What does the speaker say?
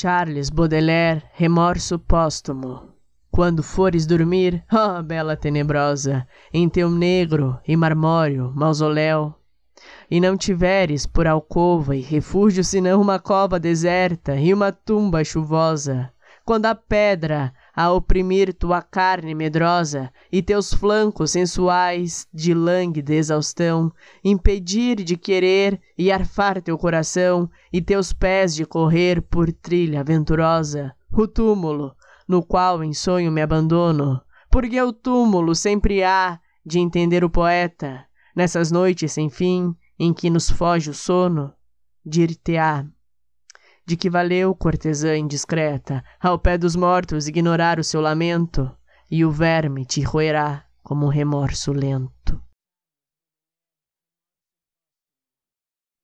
Charles Baudelaire, Remorso Póstumo. Quando fores dormir, ó bela tenebrosa, em teu negro e marmóreo mausoléu, e não tiveres por alcova e refúgio senão uma cova deserta e uma tumba chuvosa, quando a pedra a oprimir tua carne medrosa e teus flancos sensuais de lânguida exaustão impedir de querer e arfar teu coração e teus pés de correr por trilha aventurosa, o túmulo no qual em sonho me abandono, porque o túmulo sempre há de entender o poeta, nessas noites sem fim em que nos foge o sono, dir-te-á de que valeu, cortesã indiscreta, ao pé dos mortos ignorar o seu lamento, e o verme te roerá como um remorso lento.